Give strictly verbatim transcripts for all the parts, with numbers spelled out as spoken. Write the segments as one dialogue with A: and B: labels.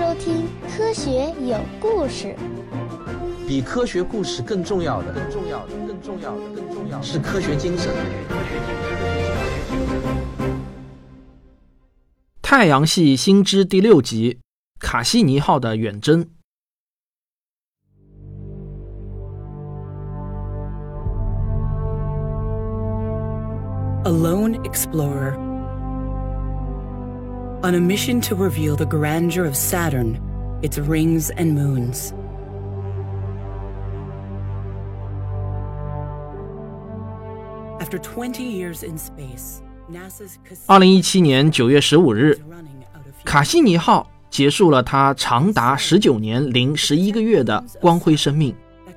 A: 收听《科学有故事》。
B: 比科学故事更重要的，更重要的，更重要的，更重要的是科学精神。
C: 太阳系新知第六集：卡西尼号的远征。
D: A lone explorer. On a mission to reveal the grandeur of Saturn, its rings and moons. After twenty years in space, NASA's
C: 二零一七年九月十五日，卡西尼号结束了它长达十九年零十一个月的光辉生命。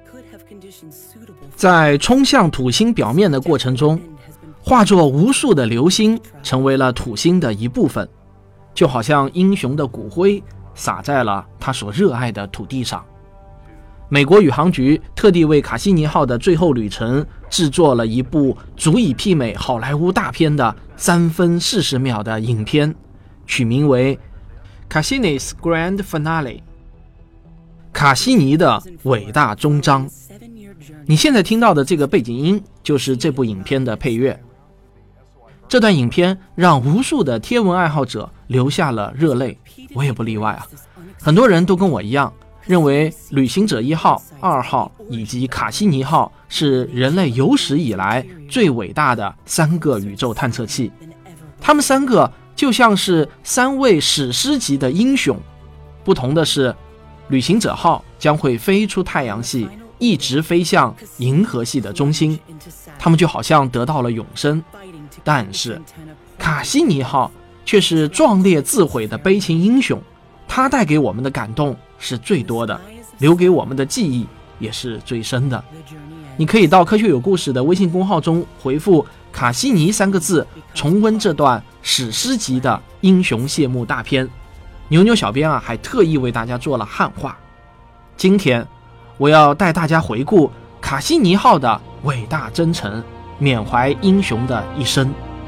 C: 在冲向土星表面的过程中，化作无数的流星，成为了土星的一部分，就好像英雄的骨灰洒在了他所热爱的土地上。美国宇航局特地为卡西尼号的最后旅程制作了一部足以媲美好莱坞大片的三分四十秒的影片，取名为 Cassini's Grand Finale， 卡西尼的伟大终章。你现在听到的这个背景音就是这部影片的配乐。这段影片让无数的天文爱好者流下了热泪，我也不例外啊。很多人都跟我一样，认为旅行者一号、二号以及卡西尼号是人类有史以来最伟大的三个宇宙探测器。他们三个就像是三位史诗级的英雄，不同的是，旅行者号将会飞出太阳系，一直飞向银河系的中心，他们就好像得到了永生。但是卡西尼号却是壮烈自毁的悲情英雄，他带给我们的感动是最多的，留给我们的记忆也是最深的。你可以到科学有故事的微信公号中回复卡西尼三个字，重温这段史诗级的英雄谢幕大片。牛牛小编啊，还特意为大家做了汉化。今天我要带大家回顾卡西尼号的伟大征程，缅怀英雄的一生。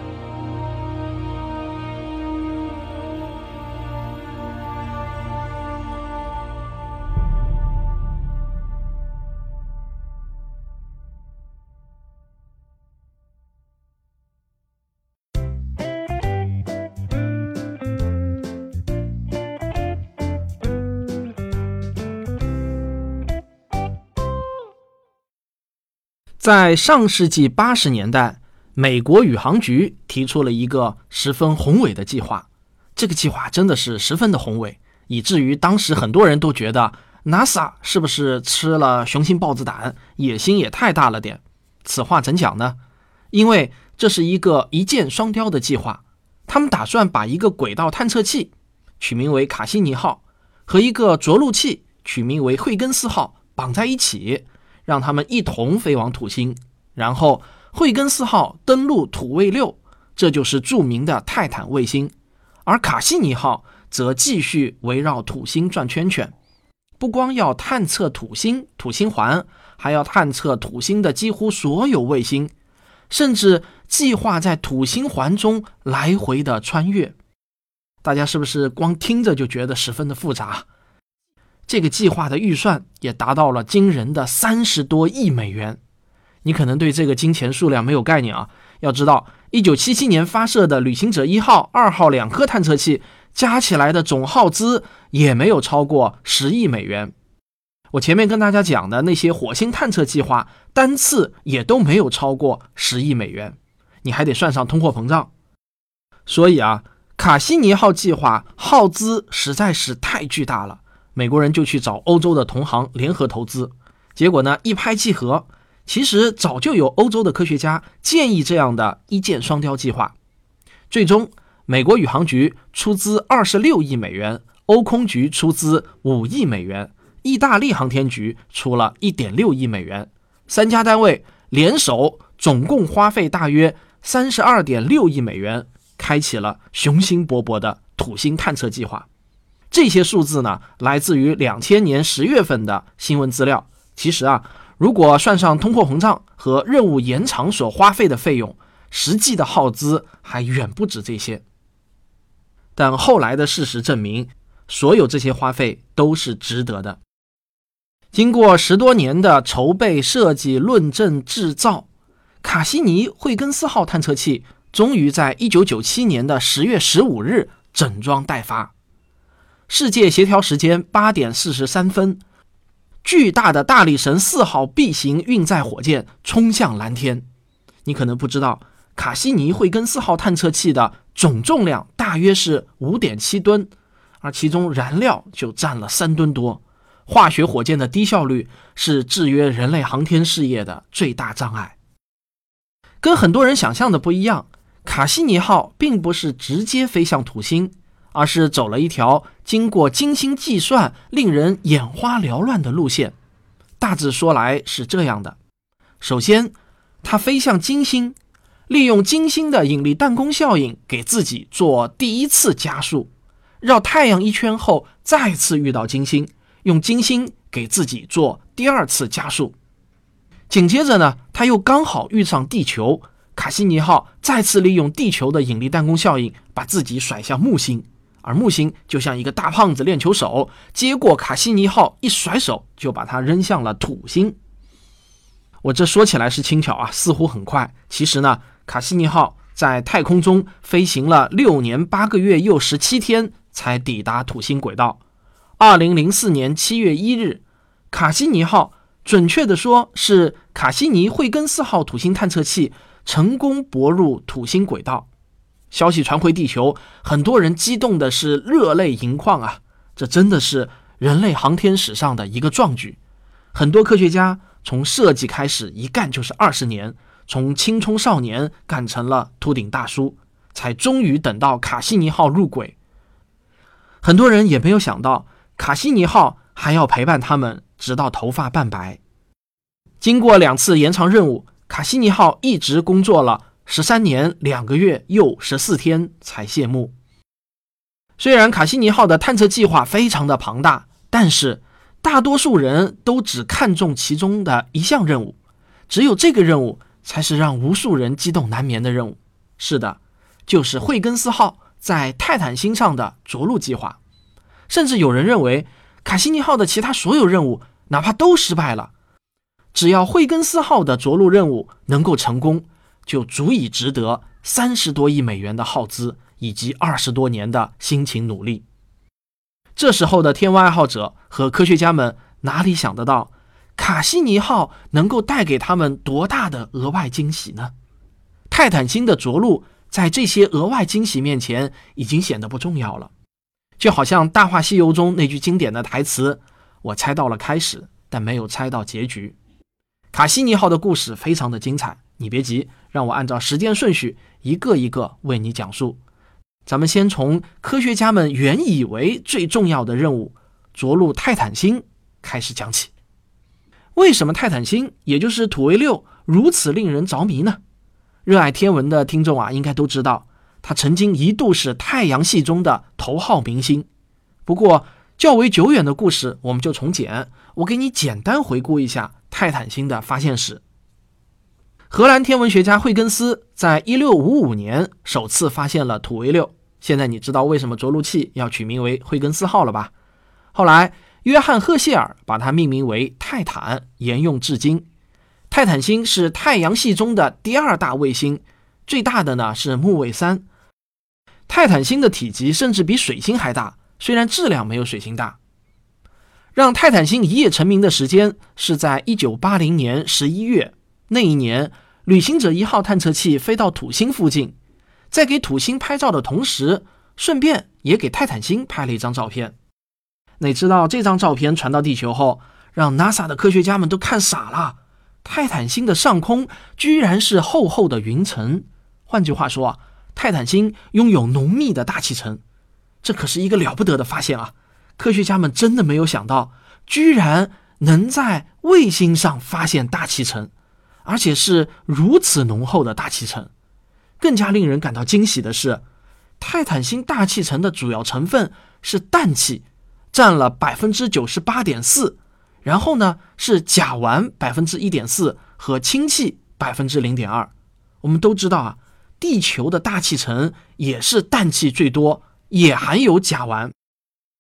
C: 在上世纪八十年代，美国宇航局提出了一个十分宏伟的计划。这个计划真的是十分的宏伟，以至于当时很多人都觉得 NASA 是不是吃了雄心豹子胆，野心也太大了点。此话怎讲呢？因为这是一个一箭双雕的计划。他们打算把一个轨道探测器取名为卡西尼号和一个着陆器取名为惠更斯号绑在一起，让他们一同飞往土星，然后惠更斯号登陆土卫六，这就是著名的泰坦卫星，而卡西尼号则继续围绕土星转圈圈，不光要探测土星、土星环，还要探测土星的几乎所有卫星，甚至计划在土星环中来回的穿越。大家是不是光听着就觉得十分的复杂？这个计划的预算也达到了惊人的三十多亿美元。你可能对这个金钱数量没有概念啊，要知道一九七七年发射的旅行者一号、二号两颗探测器加起来的总耗资也没有超过十亿美元。我前面跟大家讲的那些火星探测计划单次也都没有超过十亿美元，你还得算上通货膨胀。所以啊，卡西尼号计划耗资实在是太巨大了，美国人就去找欧洲的同行联合投资，结果呢一拍即合。其实早就有欧洲的科学家建议这样的一箭双雕计划。最终美国宇航局出资二十六亿美元，欧空局出资五亿美元，意大利航天局出了 一点六亿美元，三家单位联手总共花费大约 三十二点六亿美元，开启了雄心勃勃的土星探测计划。这些数字呢，来自于两千年十月份的新闻资料。其实啊，如果算上通货膨胀和任务延长所花费的费用，实际的耗资还远不止这些。但后来的事实证明， 所有这些花费都是值得的。经过十多年的筹备、设计、论证、制造，卡西尼惠更斯号探测器终于在一九九七年的十月十五日整装待发。世界协调时间八点四十三分，巨大的大力神四号 B 型运载火箭冲向蓝天。你可能不知道，卡西尼惠更斯号探测器的总重量大约是 五点七吨，而其中燃料就占了三吨多。化学火箭的低效率是制约人类航天事业的最大障碍。跟很多人想象的不一样，卡西尼号并不是直接飞向土星，而是走了一条经过精心计算、令人眼花缭乱的路线。大致说来是这样的：首先，它飞向金星，利用金星的引力弹弓效应给自己做第一次加速，绕太阳一圈后再次遇到金星，用金星给自己做第二次加速。紧接着呢，它又刚好遇上地球，卡西尼号再次利用地球的引力弹弓效应把自己甩向木星，而木星就像一个大胖子练球手，接过卡西尼号一甩手就把它扔向了土星。我这说起来是轻巧啊，似乎很快，其实呢，卡西尼号在太空中飞行了六年八个月又十七天才抵达土星轨道。二零零四年七月一日，卡西尼号，准确的说是卡西尼惠更斯号土星探测器成功泊入土星轨道。消息传回地球，很多人激动的是热泪盈眶啊！这真的是人类航天史上的一个壮举。很多科学家从设计开始一干就是二十年，从青葱少年干成了秃顶大叔，才终于等到卡西尼号入轨。很多人也没有想到，卡西尼号还要陪伴他们直到头发半白。经过两次延长任务，卡西尼号一直工作了十三年两个月又十四天才谢幕。虽然卡西尼号的探测计划非常的庞大，但是大多数人都只看重其中的一项任务，只有这个任务才是让无数人激动难眠的任务。是的，就是惠更斯号在泰坦星上的着陆计划。甚至有人认为，卡西尼号的其他所有任务哪怕都失败了，只要惠更斯号的着陆任务能够成功，就足以值得三十多亿美元的耗资以及二十多年的辛勤努力。这时候的天文爱好者和科学家们哪里想得到，卡西尼号能够带给他们多大的额外惊喜呢？泰坦星的着陆在这些额外惊喜面前已经显得不重要了。就好像《大话西游》中那句经典的台词，我猜到了开始，但没有猜到结局。卡西尼号的故事非常的精彩，你别急，让我按照时间顺序一个一个为你讲述。咱们先从科学家们原以为最重要的任务着陆泰坦星开始讲起。为什么泰坦星，也就是土卫六如此令人着迷呢？热爱天文的听众啊，应该都知道，它曾经一度是太阳系中的头号明星。不过较为久远的故事我们就从简，我给你简单回顾一下泰坦星的发现史。荷兰天文学家惠更斯在一六五五年首次发现了土卫六，现在你知道为什么着陆器要取名为惠更斯号了吧？后来约翰赫谢尔把它命名为泰坦，沿用至今。泰坦星是太阳系中的第二大卫星，最大的呢是木卫三。泰坦星的体积甚至比水星还大，虽然质量没有水星大。让泰坦星一夜成名的时间是在一九八零年十一月，那一年旅行者一号探测器飞到土星附近，在给土星拍照的同时，顺便也给泰坦星拍了一张照片。你知道这张照片传到地球后，让 NASA 的科学家们都看傻了，泰坦星的上空居然是厚厚的云层。换句话说啊，泰坦星拥有浓密的大气层，这可是一个了不得的发现啊！科学家们真的没有想到，居然能在卫星上发现大气层，而且是如此浓厚的大气层。更加令人感到惊喜的是，泰坦星大气层的主要成分是氮气，占了 百分之九十八点四， 然后呢是甲烷 百分之一点四 和氢气 百分之零点二。 我们都知道啊，地球的大气层也是氮气最多，也含有甲烷。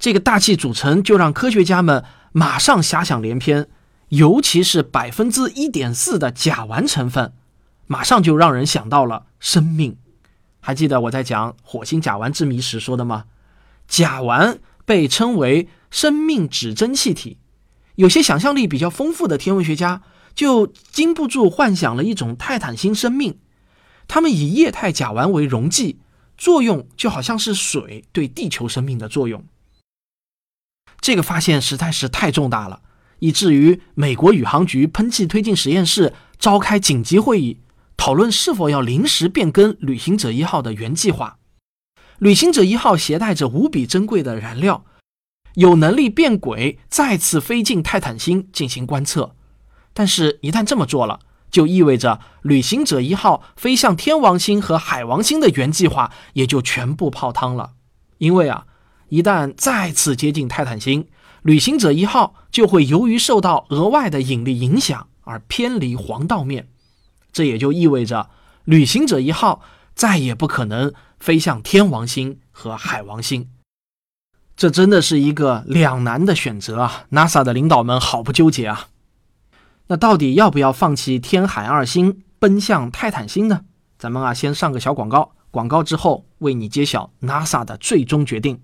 C: 这个大气组成就让科学家们马上遐想连篇，尤其是百分之一点四的甲烷成分，马上就让人想到了生命。还记得我在讲火星甲烷之谜时说的吗？甲烷被称为生命指针气体，有些想象力比较丰富的天文学家就禁不住幻想了一种泰坦星生命。他们以液态甲烷为溶剂，作用就好像是水对地球生命的作用。这个发现实在是太重大了，以至于美国宇航局喷气推进实验室召开紧急会议，讨论是否要临时变更旅行者一号的原计划。旅行者一号携带着无比珍贵的燃料，有能力变轨再次飞进泰坦星进行观测。但是一旦这么做了，就意味着旅行者一号飞向天王星和海王星的原计划也就全部泡汤了。因为啊，一旦再次接近泰坦星，旅行者一号就会由于受到额外的引力影响而偏离黄道面。这也就意味着旅行者一号再也不可能飞向天王星和海王星。这真的是一个两难的选择啊 ！NASA 的领导们好不纠结啊！那到底要不要放弃天海二星，奔向泰坦星呢？咱们啊，先上个小广告，广告之后为你揭晓 NASA 的最终决定。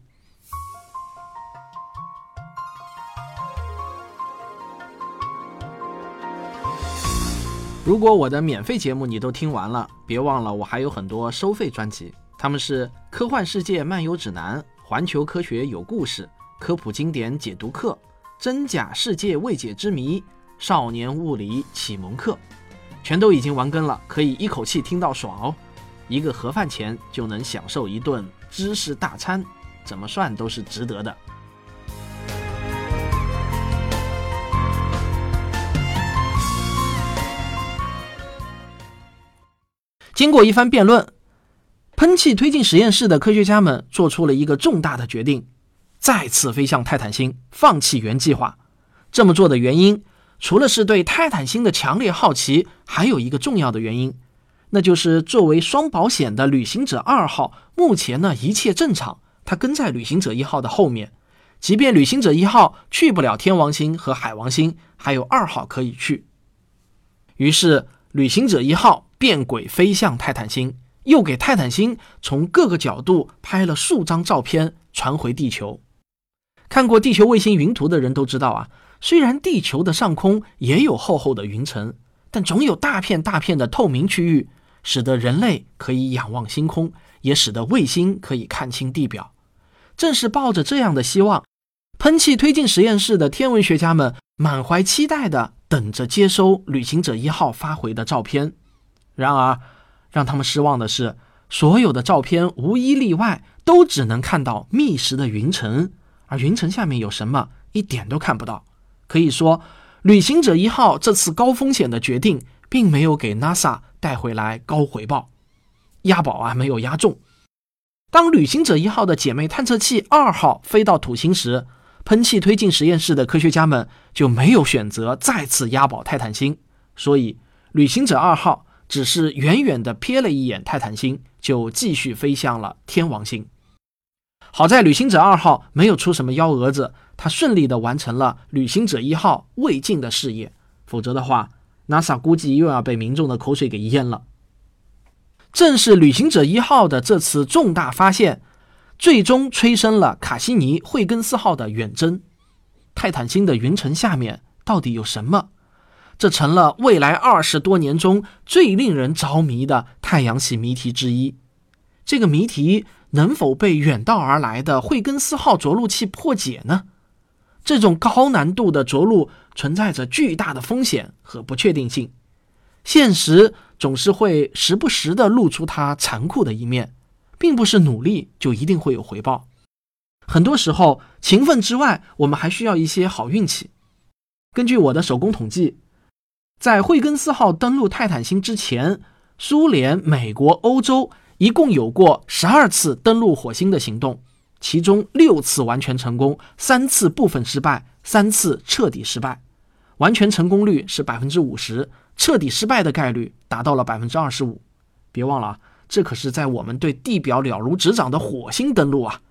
C: 如果我的免费节目你都听完了，别忘了我还有很多收费专辑，他们是科幻世界漫游指南、环球科学有故事、科普经典解读课、真假世界未解之谜、少年物理启蒙课，全都已经完更了，可以一口气听到爽哦。一个盒饭钱就能享受一顿知识大餐，怎么算都是值得的。经过一番辩论，喷气推进实验室的科学家们做出了一个重大的决定，再次飞向泰坦星，放弃原计划。这么做的原因，除了是对泰坦星的强烈好奇，还有一个重要的原因，那就是作为双保险的旅行者二号，目前呢一切正常，它跟在旅行者一号的后面，即便旅行者一号去不了天王星和海王星，还有二号可以去。于是旅行者一号变轨飞向泰坦星，又给泰坦星从各个角度拍了数张照片传回地球。看过地球卫星云图的人都知道啊，虽然地球的上空也有厚厚的云层，但总有大片大片的透明区域，使得人类可以仰望星空，也使得卫星可以看清地表。正是抱着这样的希望，喷气推进实验室的天文学家们满怀期待地等着接收旅行者一号发回的照片。然而让他们失望的是，所有的照片无一例外都只能看到密实的云层，而云层下面有什么一点都看不到。可以说，旅行者一号这次高风险的决定并没有给 NASA 带回来高回报，押宝啊没有押中。当旅行者一号的姐妹探测器二号飞到土星时，喷气推进实验室的科学家们就没有选择再次押宝泰坦星，所以旅行者二号只是远远地瞥了一眼泰坦星，就继续飞向了天王星。好在旅行者二号没有出什么幺蛾子，它顺利地完成了旅行者一号未尽的事业，否则的话 NASA 估计又要被民众的口水给淹了。正是旅行者一号的这次重大发现，最终催生了卡西尼惠更斯号的远征。泰坦星的云层下面到底有什么？这成了未来二十多年中最令人着迷的太阳系谜题之一。这个谜题能否被远道而来的惠更斯号着陆器破解呢？这种高难度的着陆存在着巨大的风险和不确定性，现实总是会时不时地露出它残酷的一面，并不是努力就一定会有回报。很多时候，勤奋之外，我们还需要一些好运气。根据我的手工统计，在惠更斯号登陆泰坦星之前，苏联、美国、欧洲一共有过十二次登陆火星的行动，其中六次完全成功，三次部分失败，三次彻底失败。完全成功率是 百分之五十， 彻底失败的概率达到了 百分之二十五。 别忘了，这可是在我们对地表了如指掌的火星登陆啊！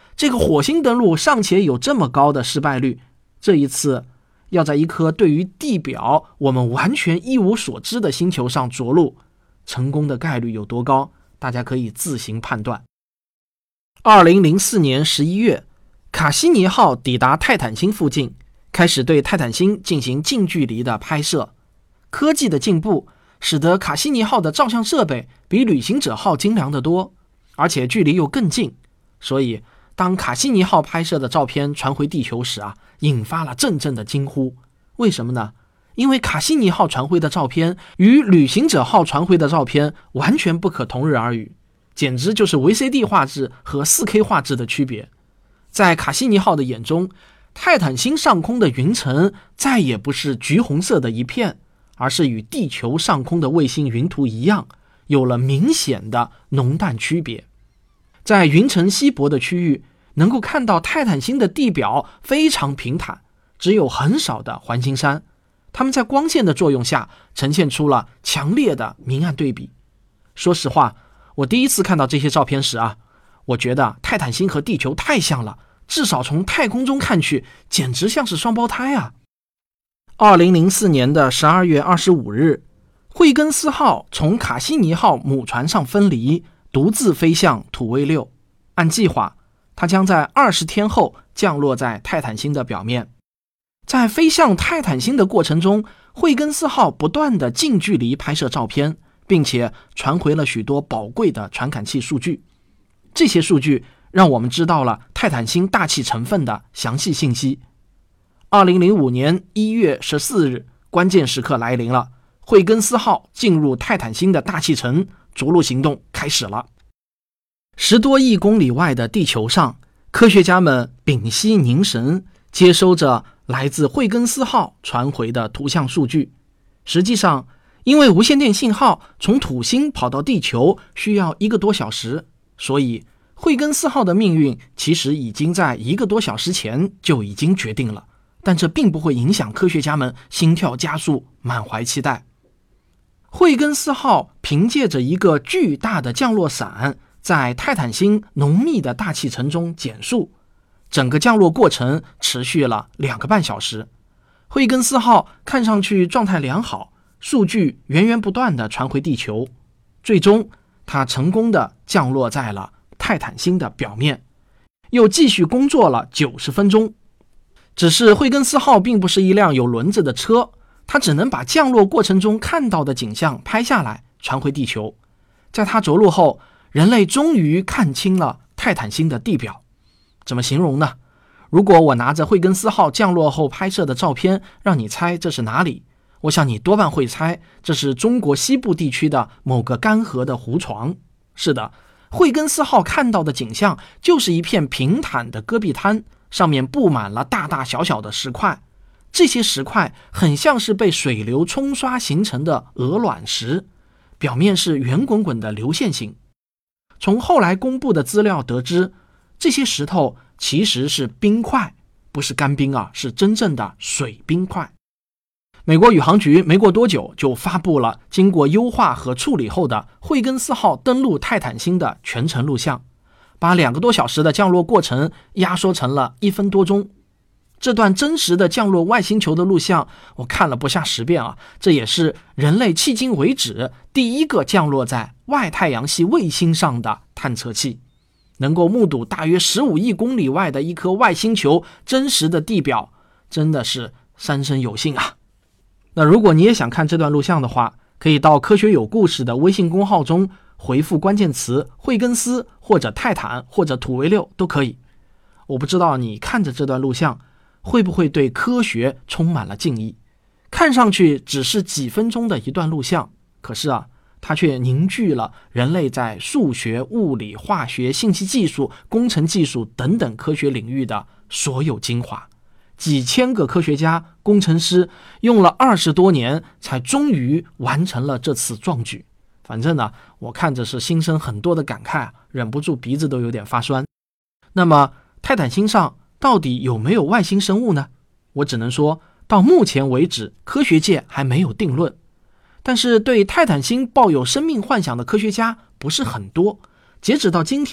C: 这个火星登陆尚且有这么高的失败率，这一次要在一颗对于地表我们完全一无所知的星球上着陆，成功的概率有多高，大家可以自行判断。二零零四年十一月，卡西尼号抵达泰坦星附近，开始对泰坦星进行近距离的拍摄。科技的进步使得卡西尼号的照相设备比旅行者号精良得多，而且距离又更近，所以当卡西尼号拍摄的照片传回地球时啊，引发了阵阵的惊呼。为什么呢？因为卡西尼号传回的照片与旅行者号传回的照片完全不可同日而语，简直就是 V C D 画质和 四K 画质的区别。在卡西尼号的眼中，泰坦星上空的云层再也不是橘红色的一片，而是与地球上空的卫星云图一样，有了明显的浓淡区别。在云层稀薄的区域，能够看到泰坦星的地表非常平坦，只有很少的环形山，它们在光线的作用下呈现出了强烈的明暗对比。说实话，我第一次看到这些照片时啊，我觉得泰坦星和地球太像了，至少从太空中看去简直像是双胞胎啊。二零零四年的十二月二十五日，惠根斯号从卡西尼号母船上分离，独自飞向土卫六。按计划，它将在二十天后降落在泰坦星的表面。在飞向泰坦星的过程中，惠根斯号不断的近距离拍摄照片，并且传回了许多宝贵的传感器数据。这些数据让我们知道了泰坦星大气成分的详细信息。二零零五年一月十四日，关键时刻来临了，惠根斯号进入泰坦星的大气层，着陆行动开始了。十多亿公里外的地球上，科学家们屏息凝神，接收着来自惠根斯号传回的图像数据。实际上，因为无线电信号从土星跑到地球需要一个多小时，所以惠根斯号的命运其实已经在一个多小时前就已经决定了，但这并不会影响科学家们心跳加速，满怀期待。惠根斯号凭借着一个巨大的降落伞，在泰坦星浓密的大气层中减速，整个降落过程持续了两个半小时。惠根斯号看上去状态良好，数据源源不断地传回地球，最终它成功地降落在了泰坦星的表面，又继续工作了九十分钟。只是惠根斯号并不是一辆有轮子的车，它只能把降落过程中看到的景象拍下来传回地球。在它着陆后，人类终于看清了泰坦星的地表。怎么形容呢？如果我拿着惠根斯号降落后拍摄的照片让你猜这是哪里，我想你多半会猜这是中国西部地区的某个干涸的湖床。是的，惠根斯号看到的景象就是一片平坦的戈壁滩，上面布满了大大小小的石块。这些石块很像是被水流冲刷形成的鹅卵石，表面是圆滚滚的流线型。从后来公布的资料得知，这些石头其实是冰块，不是干冰啊，是真正的水冰块。美国宇航局没过多久就发布了经过优化和处理后的惠根斯号登陆泰坦星的全程录像，把两个多小时的降落过程压缩成了一分多钟。这段真实的降落外星球的录像我看了不下十遍啊！这也是人类迄今为止第一个降落在外太阳系卫星上的探测器，能够目睹大约十五亿公里外的一颗外星球真实的地表，真的是三生有幸啊！那如果你也想看这段录像的话，可以到科学有故事的微信公号中回复关键词惠根斯或者泰坦或者土卫六都可以。我不知道你看着这段录像会不会对科学充满了敬意。看上去只是几分钟的一段录像，可是啊，它却凝聚了人类在数学、物理、化学、信息技术、工程技术等等科学领域的所有精华。几千个科学家、工程师用了二十多年，才终于完成了这次壮举。反正呢，我看着是心生很多的感慨，忍不住鼻子都有点发酸。那么，泰坦星上到底有没有外星生物呢？我只能说，到目前为止，科学界还没有定论。但是对泰坦星抱有生命幻想的科学家不是很多。截止到今天，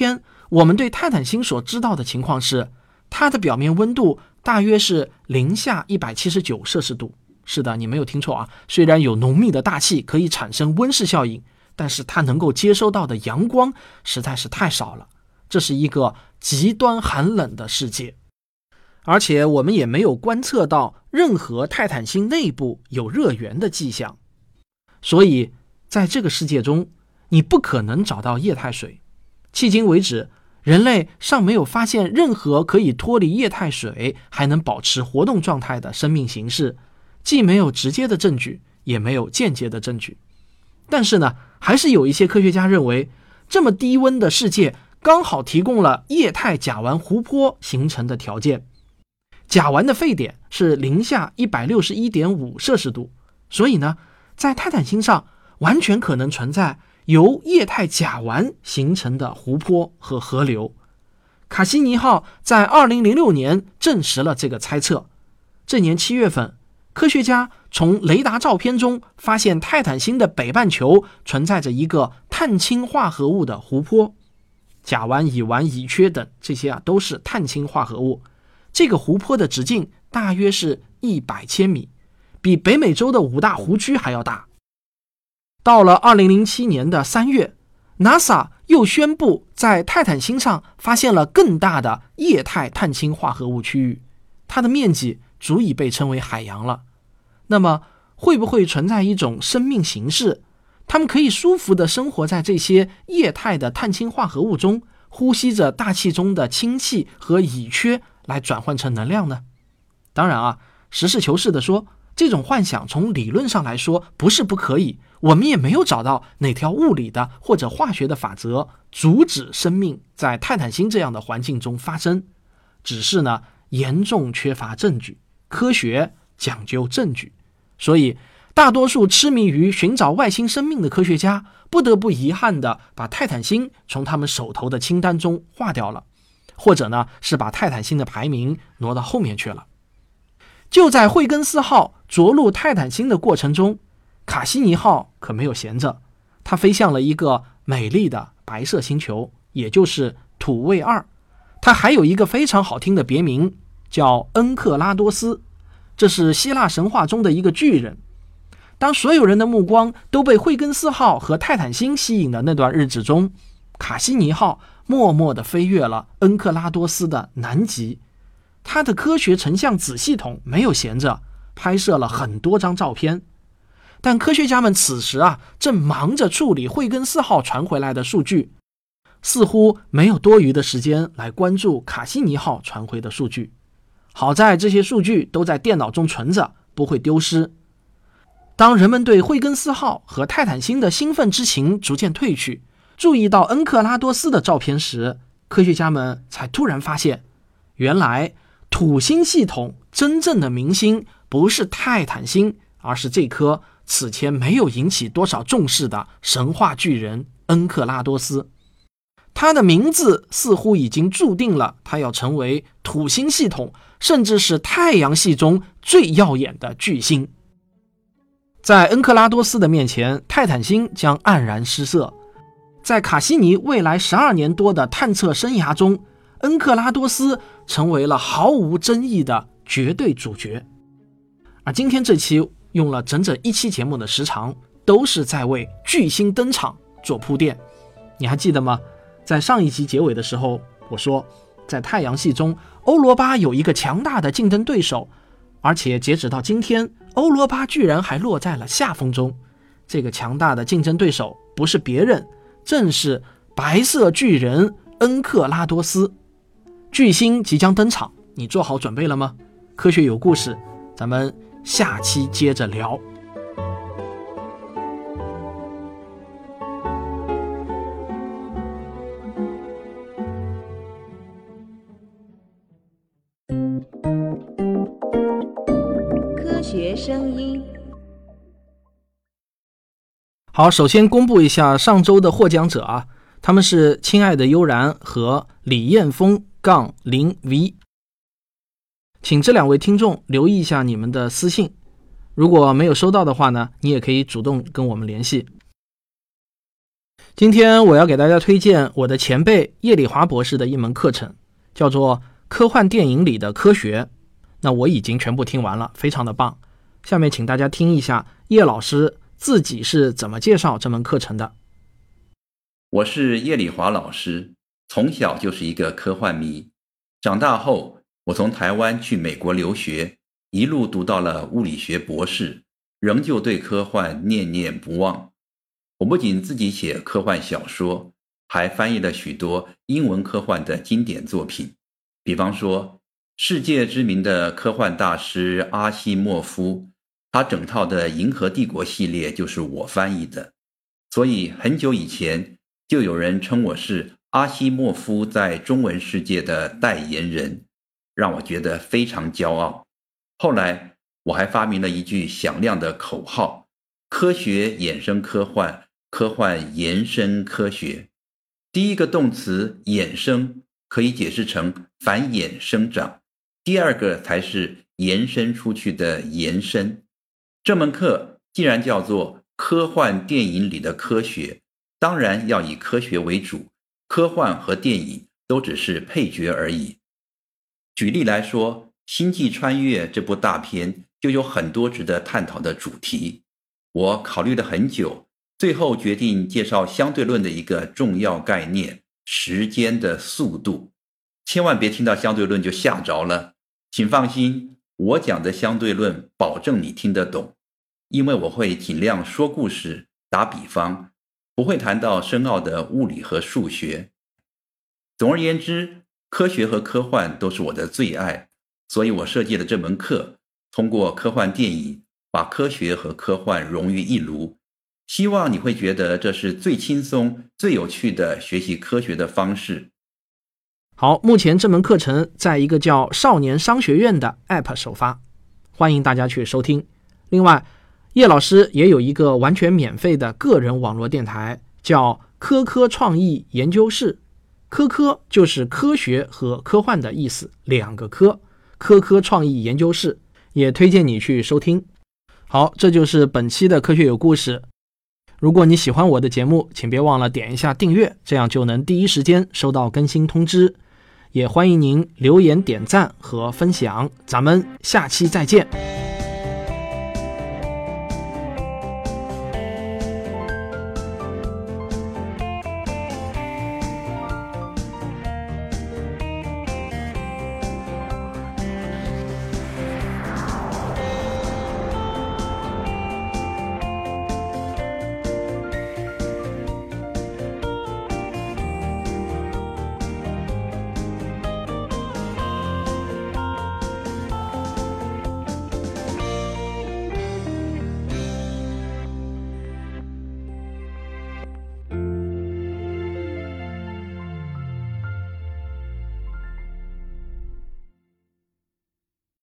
C: 我们对泰坦星所知道的情况是，它的表面温度大约是零下一百七十九摄氏度。是的，你没有听错啊，虽然有浓密的大气可以产生温室效应，但是它能够接收到的阳光实在是太少了，这是一个极端寒冷的世界。而且我们也没有观测到任何泰坦星内部有热源的迹象，所以在这个世界中，你不可能找到液态水。迄今为止，人类尚没有发现任何可以脱离液态水还能保持活动状态的生命形式，既没有直接的证据，也没有间接的证据。但是呢，还是有一些科学家认为，这么低温的世界刚好提供了液态甲烷湖泊形成的条件。甲烷的沸点是零下 一百六十一点五摄氏度，所以呢，在泰坦星上完全可能存在由液态甲烷形成的湖泊和河流。卡西尼号在二零零六年证实了这个猜测。这年七月份，科学家从雷达照片中发现泰坦星的北半球存在着一个碳氢化合物的湖泊，甲烷、乙烷、乙炔等这些啊都是碳氢化合物。这个湖泊的直径大约是一百千米，比北美洲的五大湖区还要大。到了二零零七年的三月， NASA 又宣布在泰坦星上发现了更大的液态碳氢化合物区域，它的面积足以被称为海洋了。那么会不会存在一种生命形式，它们可以舒服地生活在这些液态的碳氢化合物中，呼吸着大气中的氢气和乙炔来转换成能量呢？当然啊，实事求是地说，这种幻想从理论上来说不是不可以，我们也没有找到哪条物理的或者化学的法则阻止生命在泰坦星这样的环境中发生，只是呢严重缺乏证据，科学讲究证据，所以大多数痴迷于寻找外星生命的科学家不得不遗憾地把泰坦星从他们手头的清单中划掉了，或者呢是把泰坦星的排名挪到后面去了。就在惠更斯号着陆泰坦星的过程中，卡西尼号可没有闲着，它飞向了一个美丽的白色星球，也就是土卫二。它还有一个非常好听的别名，叫恩克拉多斯，这是希腊神话中的一个巨人。当所有人的目光都被惠更斯号和泰坦星吸引的那段日子中，卡西尼号默默地飞越了恩克拉多斯的南极。它的科学成像子系统没有闲着，拍摄了很多张照片。但科学家们此时啊，正忙着处理惠更斯号传回来的数据，似乎没有多余的时间来关注卡西尼号传回的数据。好在这些数据都在电脑中存着，不会丢失。当人们对惠更斯号和泰坦星的兴奋之情逐渐褪去，注意到恩克拉多斯的照片时，科学家们才突然发现，原来土星系统真正的明星不是泰坦星，而是这颗此前没有引起多少重视的神话巨人恩克拉多斯。他的名字似乎已经注定了他要成为土星系统甚至是太阳系中最耀眼的巨星。在恩克拉多斯的面前，泰坦星将黯然失色。在卡西尼未来十二年多的探测生涯中，恩克拉多斯成为了毫无争议的绝对主角。而今天这期用了整整一期节目的时长，都是在为巨星登场做铺垫。你还记得吗？在上一集结尾的时候，我说在太阳系中，欧罗巴有一个强大的竞争对手，而且截止到今天，欧罗巴居然还落在了下风中。这个强大的竞争对手不是别人，正是白色巨人恩克拉多斯。巨星即将登场，你做好准备了吗？科学有故事，咱们下期接着聊。
E: 科学声音。
C: 好，首先公布一下上周的获奖者啊，他们是亲爱的悠然和李彦峰杠零 V。请这两位听众留意一下你们的私信，如果没有收到的话呢，你也可以主动跟我们联系。 今天我要给大家推荐我的前辈叶礼华博士的一门课程，叫做科幻电影里的科学。那我已经全部听完了，非常的棒。下面请大家听一下叶老师自己是怎么介绍这门课程的。
F: 我是叶礼华老师，从小就是一个科幻迷。长大后，我从台湾去美国留学，一路读到了物理学博士，仍旧对科幻念念不忘。我不仅自己写科幻小说，还翻译了许多英文科幻的经典作品。比方说，世界知名的科幻大师阿西莫夫，他整套的《银河帝国》系列就是我翻译的。所以很久以前就有人称我是阿西莫夫在中文世界的代言人，让我觉得非常骄傲。后来我还发明了一句响亮的口号：科学衍生科幻，科幻延伸科学。第一个动词衍生可以解释成繁衍生长，第二个才是延伸出去的延伸。这门课既然叫做科幻电影里的科学，当然要以科学为主，科幻和电影都只是配角而已。举例来说，《星际穿越》这部大片就有很多值得探讨的主题。我考虑了很久，最后决定介绍相对论的一个重要概念：时间的速度。千万别听到相对论就吓着了，请放心，我讲的相对论保证你听得懂，因为我会尽量说故事、打比方，不会谈到深奥的物理和数学。总而言之，科学和科幻都是我的最爱，所以我设计了这门课，通过科幻电影把科学和科幻融于一炉。希望你会觉得这是最轻松、最有趣的学习科学的方式。
C: 好，目前这门课程在一个叫少年商学院的 App 首发，欢迎大家去收听。另外，叶老师也有一个完全免费的个人网络电台，叫科科创意研究室。科科就是科学和科幻的意思，两个科，科科创意研究室，也推荐你去收听。好，这就是本期的科学有故事。如果你喜欢我的节目，请别忘了点一下订阅，这样就能第一时间收到更新通知。也欢迎您留言点赞和分享，咱们下期再见。